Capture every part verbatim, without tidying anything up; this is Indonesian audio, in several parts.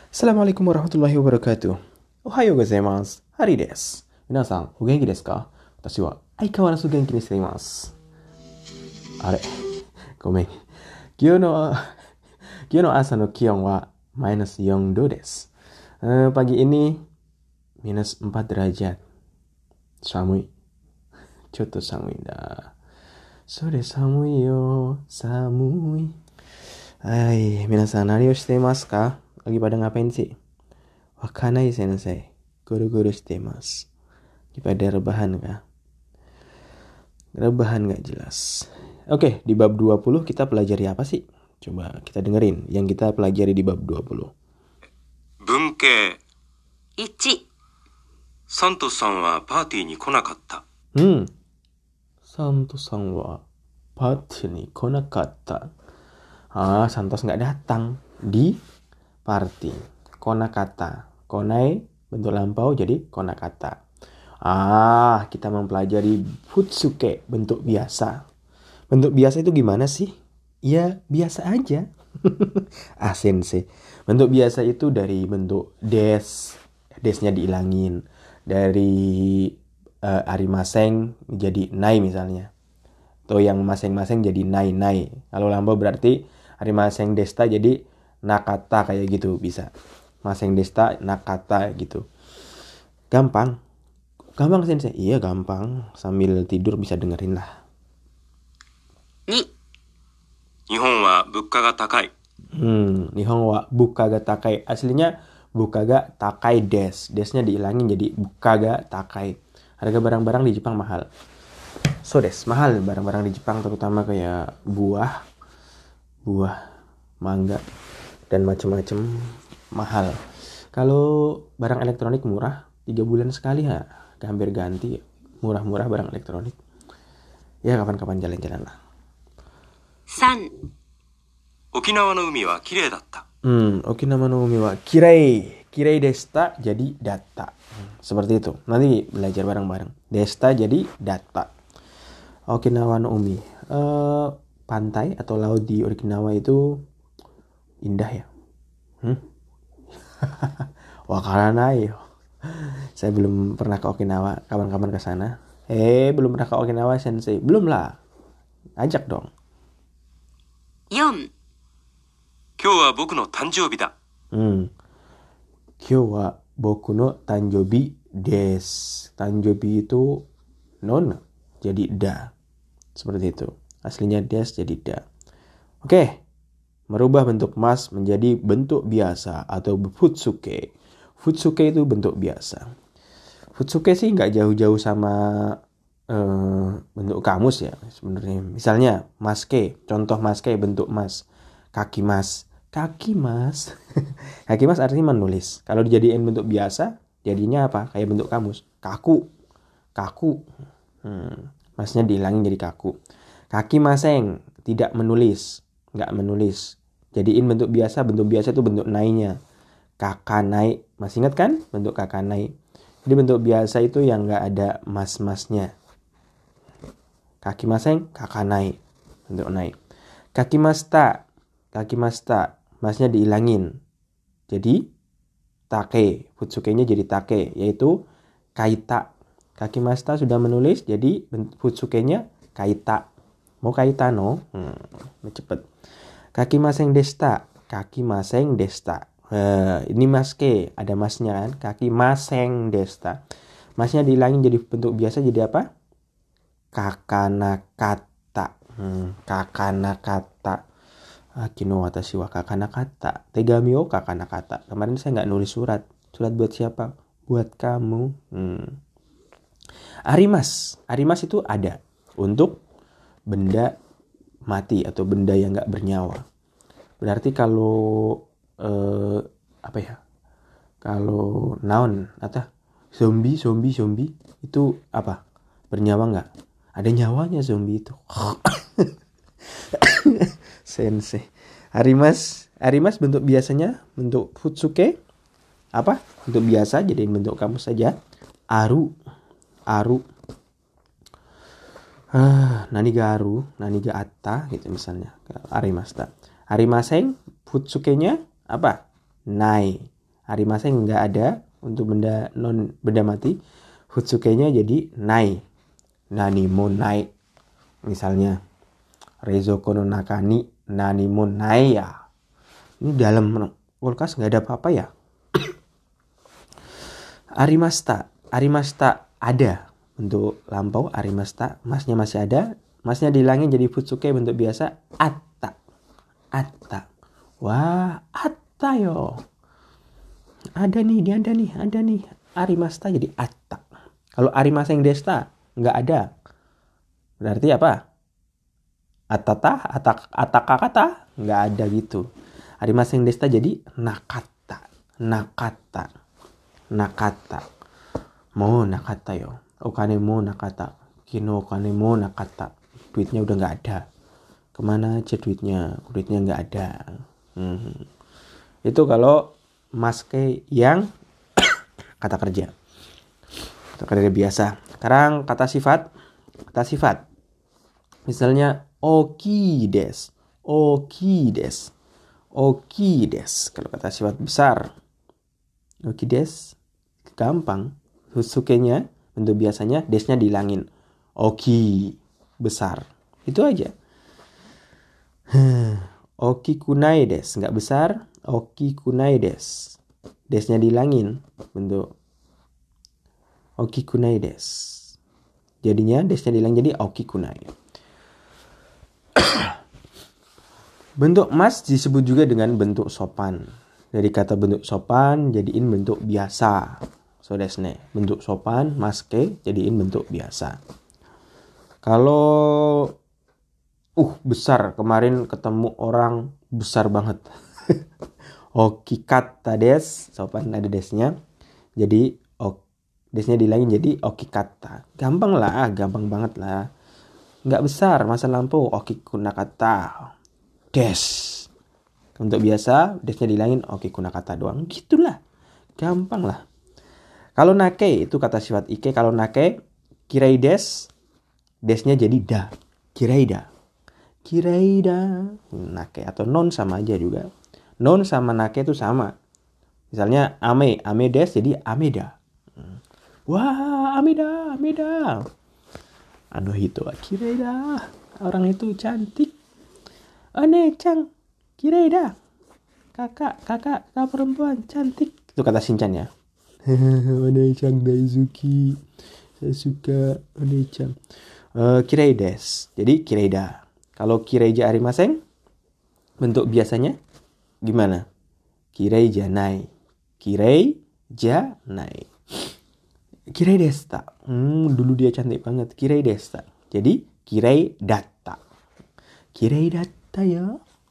Assalamualaikum warahmatullahi wabarakatuh. Ohayo gozaimasu. Hari desu. Minasan, o genki desu ka? Watashi wa aikawarazu genki ni shite imasu. Are, gomen. Kyo no, kyo no asa no kion wa minus empat do desu. Eh, pagi ini minus empat derajat. Samui. Chotto samui da. Sore samui yo. Samui. Hai, minasan nani o shite imasu ka? Lagi pada ngapain sih? Wakanai sensei. Guru-guru shite imasu. Lagi pada rebahan kah? Rebahan gak jelas. Oke, di bab dua puluh kita pelajari apa sih? Coba kita dengerin yang kita pelajari di bab dua puluh. 文系いち、 サントさんはパーティーに来なかった Hmm. Santos-san wa party ni konakatta. Ah, Santos nggak datang di party. Konakata. Konai bentuk lampau jadi konakata. Ah, kita mempelajari futsuke bentuk biasa. Bentuk biasa itu gimana sih? Ya, biasa aja. Ah, sensei. Bentuk biasa itu dari bentuk des. Desnya dihilangin. Dari uh, arimaseng jadi nai misalnya. Atau yang masing-masing jadi nai-nai. Kalau lampau berarti arimaseng desta jadi nakata kayak gitu bisa. Maseng desta nakata gitu. Gampang. Gampang sensei. Iya gampang. Sambil tidur bisa dengerin lah. に、 日本は物価が高い Hmm, Nihon wa buka ga takai. Aslinya buka ga takai des. Desnya dihilangin jadi buka ga takai. Harga barang-barang di Jepang mahal. So des, mahal barang-barang di Jepang terutama kayak buah, buah, mangga dan macam-macam mahal. Kalau barang elektronik murah, tiga bulan sekali ya, hampir ganti murah-murah barang elektronik. Ya kapan-kapan jalan-jalan lah. さん、 沖縄の海は綺麗だった Hmm, Okinawa no umi wa kirei. Kirei desta jadi data. Hmm, seperti itu. Nanti belajar bareng-bareng. Desta jadi data. Okinawa no umi. Eh, pantai atau laut di Okinawa itu indah ya. Hmm? Wakaranai. Saya belum pernah ke Okinawa. Kapan-kapan ke sana. Eh, belum pernah ke Okinawa sensei. Belum lah. Ajak dong. よん、 今日は僕の誕生日だ Hmm. Kyo wa boku no tanjobi desu. Tanjobi itu non jadi da. Seperti itu. Aslinya des jadi da. Oke. Merubah bentuk mas menjadi bentuk biasa atau futsuke. Futsuke itu bentuk biasa. Futsuke sih nggak jauh-jauh sama uh, bentuk kamus ya sebenarnya. Misalnya maske, contoh maske bentuk mas. Kaki mas. Kaki mas. Kaki mas artinya menulis. Kalau dijadiin bentuk biasa, jadinya apa? Kayak bentuk kamus. Kaku. Kaku. Hmm. Masnya dihilangin jadi kaku. Kaki maseng. Tidak menulis. Nggak menulis. Jadiin bentuk biasa. Bentuk biasa itu bentuk nainya. Kakanai. Masih ingat kan? Bentuk kakanai. Jadi bentuk biasa itu yang nggak ada mas-masnya. Kaki maseng. Kakanai. Bentuk nai. Kaki masta. Kaki masta. Masnya dihilangin. Jadi take. Futsuke-nya jadi take. Yaitu kaita. Kaki masta sudah menulis. Jadi futsuke-nya kaita. Mau kaita no? Hmm, cepet. Kaki maseng desta. Kaki maseng desta. Uh, ini maske. Ada masnya kan. Kaki maseng desta. Masnya dihilangin jadi bentuk biasa. Jadi apa? Kakanakata. Hmm, kakanakata. Akino watashi wa kakanakata. Tegami o kakanakata. Kemarin saya nggak nulis surat. Surat buat siapa? Buat kamu. Hmm. Arimas. Arimas itu ada. Untuk benda mati. Atau benda yang nggak bernyawa. Berarti kalau eh, apa ya? Kalau noun atau zombie, zombie, zombie itu apa? Bernyawa nggak? Ada nyawanya zombie itu. Sensei. Arimas, arimas bentuk biasanya bentuk futsuke apa? Bentuk biasa jadiin bentuk kamu saja. Aru, aru. Ah, nani ga aru, nani ga atta gitu misalnya. Arimasta. Arimaseng futsuke-nya apa? Nai. Arimaseng nggak ada untuk benda non benda mati. Futsuke-nya jadi nai. Nani mo nai. Misalnya Reizoko no nakani nani mo nai ya. Ini dalam kulkas nggak ada apa-apa ya. Arimasta. Arimasta ada. Bentuk lampau arimasta. Masnya masih ada. Masnya dihilangin jadi futsuke bentuk biasa. Atta. Atta. Wah, atta yo. Ada nih, dia ada nih, ada nih. Arimasta jadi atta. Kalau arimaseng desta nggak ada. Berarti apa? Atata, atak, atakakata nggak ada gitu. Arimaseng desta jadi nakata, nakata, nakata. Mo nakata yo. Okane mo nakata. Kino okane mo nakata. Duitnya udah nggak ada. Kemana aja duitnya? Duitnya nggak ada. Hmm. Itu kalau maske yang kata kerja. Kata kerja biasa. Sekarang kata sifat. Kata sifat. Misalnya oki des. Oki des. Oki des. Kalau kata sifat besar. Oki des. Gampang. Susuke-nya bentuk biasanya desnya dihilangin. Oki. Besar. Itu aja. Oki kunai des. Nggak besar. Oki kunai des. Desnya dihilangin. Bentuk oki kunai des. Jadinya desnya dihilangin jadi oki kunai. Bentuk mas disebut juga dengan bentuk sopan. Dari kata bentuk sopan jadiin bentuk biasa. So desne. Bentuk sopan maske jadiin bentuk biasa. Kalau uh besar, kemarin ketemu orang besar banget. Oki kata des, sopan ada desnya. Jadi ok, desnya dihilangin jadi oki kata. Gampang lah, gampang banget lah. Nggak besar, masa lampu oki kunakata. Des. Untuk biasa, desnya dihilangin oki kunakata doang. Gitulah. Gampang lah. Kalau nake itu kata sifat ike. Kalau nake kirai des, desnya jadi da. Kirai da. Kirai da. Nake atau non sama aja juga. Non sama nake itu sama. Misalnya ame, ame des jadi ameda. Wah, ameda, ameda. Ano itu, kirai da. Orang itu cantik. One-chan, kirai da. Kakak, kakak, kakak perempuan cantik. Itu kata Shinchan ya. One-chan daisuki. Saya suka one-chan. Uh, kirai des. Jadi kirai da. Kalau kirai ja arimaseng, bentuk biasanya gimana? Kirai janai. Kirai janai. Kirai desta. Hmm, dulu dia cantik banget. Kirai desta. Jadi kirai datta. Kirai datta ya.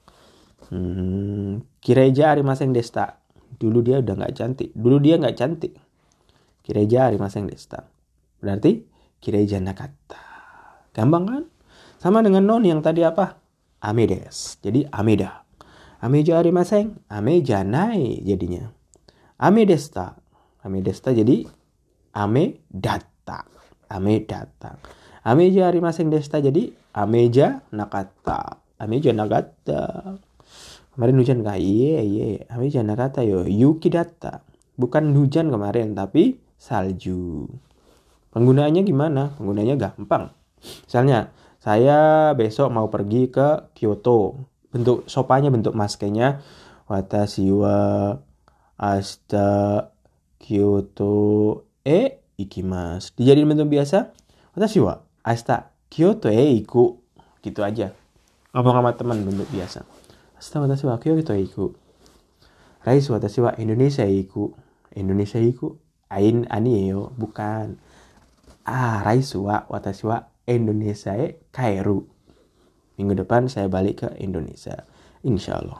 Hmm, kirai ja arimaseng desta. Dulu dia udah nggak cantik. Dulu dia nggak cantik. Kirai ja arimaseng desta. Berarti kirai janakata. Gampang kan? Sama dengan non yang tadi apa? Amedes. Jadi ameda. Ameja arimaseng, ame janai jadinya. Ame desta. Ame desta jadi ame data. Ame data. Ameja arimaseng desta jadi ameja nakata. Ameja nakata. Kemarin hujan kah? Iya, iya. Ameja nakata yo. Yuki data. Bukan hujan kemarin, tapi salju. Penggunaannya gimana? Penggunaannya gampang. Misalnya, saya besok mau pergi ke Kyoto. Bentuk sopannya, bentuk maskenya. Watashi wa ashita Kyoto e ikimasu. Dijadiin bentuk biasa. Watashi wa ashita Kyoto e iku. Gitu aja. Ngomong sama teman bentuk biasa. Ashita watashi wa Kyoto e iku. Raisu watashi wa Indonesia e iku. Indonesia e iku. Ain ani yo. Bukan. Ah, raisu wa watashi wa Indonesia e kairu. Minggu depan saya balik ke Indonesia. Insya Allah.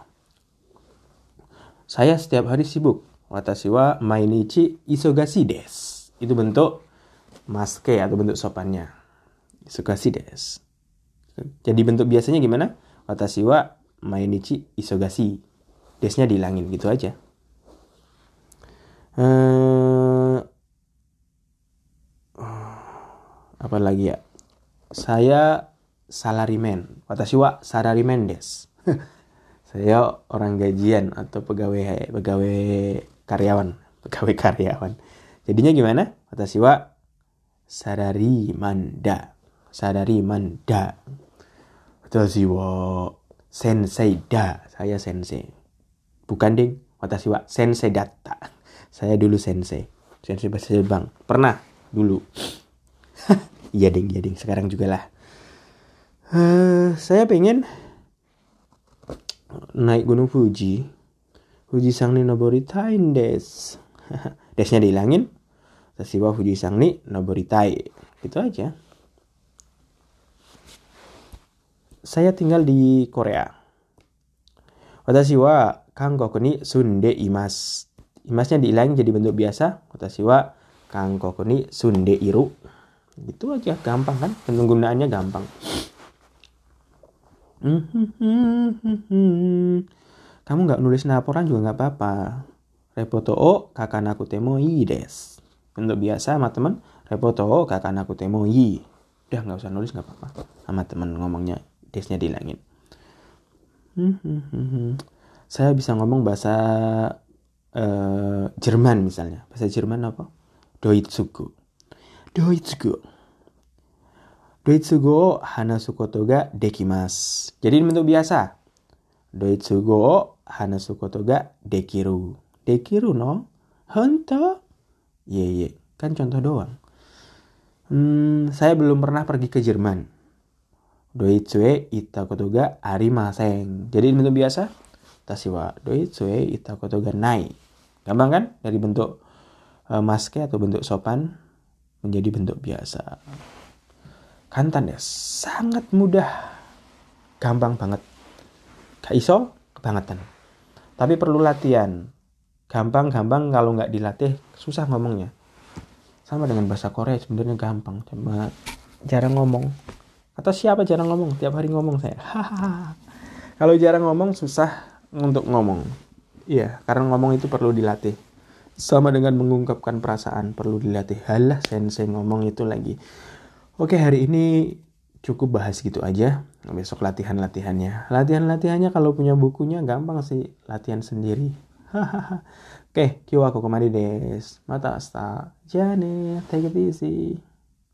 Saya setiap hari sibuk. Watashi wa mainichi isogashi desu. Itu bentuk maske atau bentuk sopannya. Isogashi desu. Jadi bentuk biasanya gimana? Watashi wa mainichi isogashi. Desnya dihilangin gitu aja. Hmm, apa lagi ya? Saya salarimen. Watashi wa salarimen desu. Saya orang gajian atau pegawai pegawai karyawan, pegawai karyawan. Jadinya gimana? Watashi wa sarariman da. Sarariman da. Watashi wa sensei da. Saya sensei. Bukan ding, watashi wa sensei datta. Saya dulu sensei. Sensei bahasa Jepang. Pernah dulu. Iya ding, iya ding. Sekarang juga lah. Uh, saya pengen naik gunung Fuji. Fuji-san ni noboritain des. Desnya dihilangin. Watashi wa Fuji-san ni noboritai. Gitu aja. Saya tinggal di Korea. Watashi wa Kangkoku ni sunde imasu. Imasnya dihilangin jadi bentuk biasa. Watashi wa Kangkoku ni sunde iru. Gitu aja, gampang kan? Penggunaannya gampang. Kamu nggak nulis laporan juga nggak apa-apa. Repoto o kakanaku temo ii desu. Bentuk biasa sama teman. Repoto o kakanaku temo ii. Udah nggak usah nulis nggak apa-apa. Sama teman ngomongnya desnya dihilangin. Saya bisa ngomong bahasa uh, Jerman misalnya. Bahasa Jerman apa? Doitsugo. Doitsugo. Doitsugo hanasu koto ga dekimasu. Jadi bentuk biasa. Doitsugo hanasu koto ga dekiru. Dekiru no? Honto? Iya, iya. Kan contoh doang. Hmm, saya belum pernah pergi ke Jerman. Doitsue ita koto ga arimasen. Jadi bentuk biasa. Watashi wa doitsue ita koto ga nai. Gampang kan? Dari bentuk uh, maske atau bentuk sopan menjadi bentuk biasa. Kantan ya, sangat mudah. Gampang banget. Gak iso, kebangetan. Tapi perlu latihan. Gampang-gampang, kalau nggak dilatih susah ngomongnya. Sama dengan bahasa Korea sebenarnya gampang, cuma jarang ngomong. Atau siapa jarang ngomong? Tiap hari ngomong saya. Kalau jarang ngomong susah untuk ngomong. Iya, karena ngomong itu perlu dilatih. Sama dengan mengungkapkan perasaan, perlu dilatih. Halah, sensei ngomong itu lagi. Oke, hari ini cukup bahas gitu aja. Besok latihan-latihannya. Latihan-latihannya kalau punya bukunya gampang sih. Latihan sendiri. Oke, kyo wa kokomari desu. Mata asta. Jane, take it easy.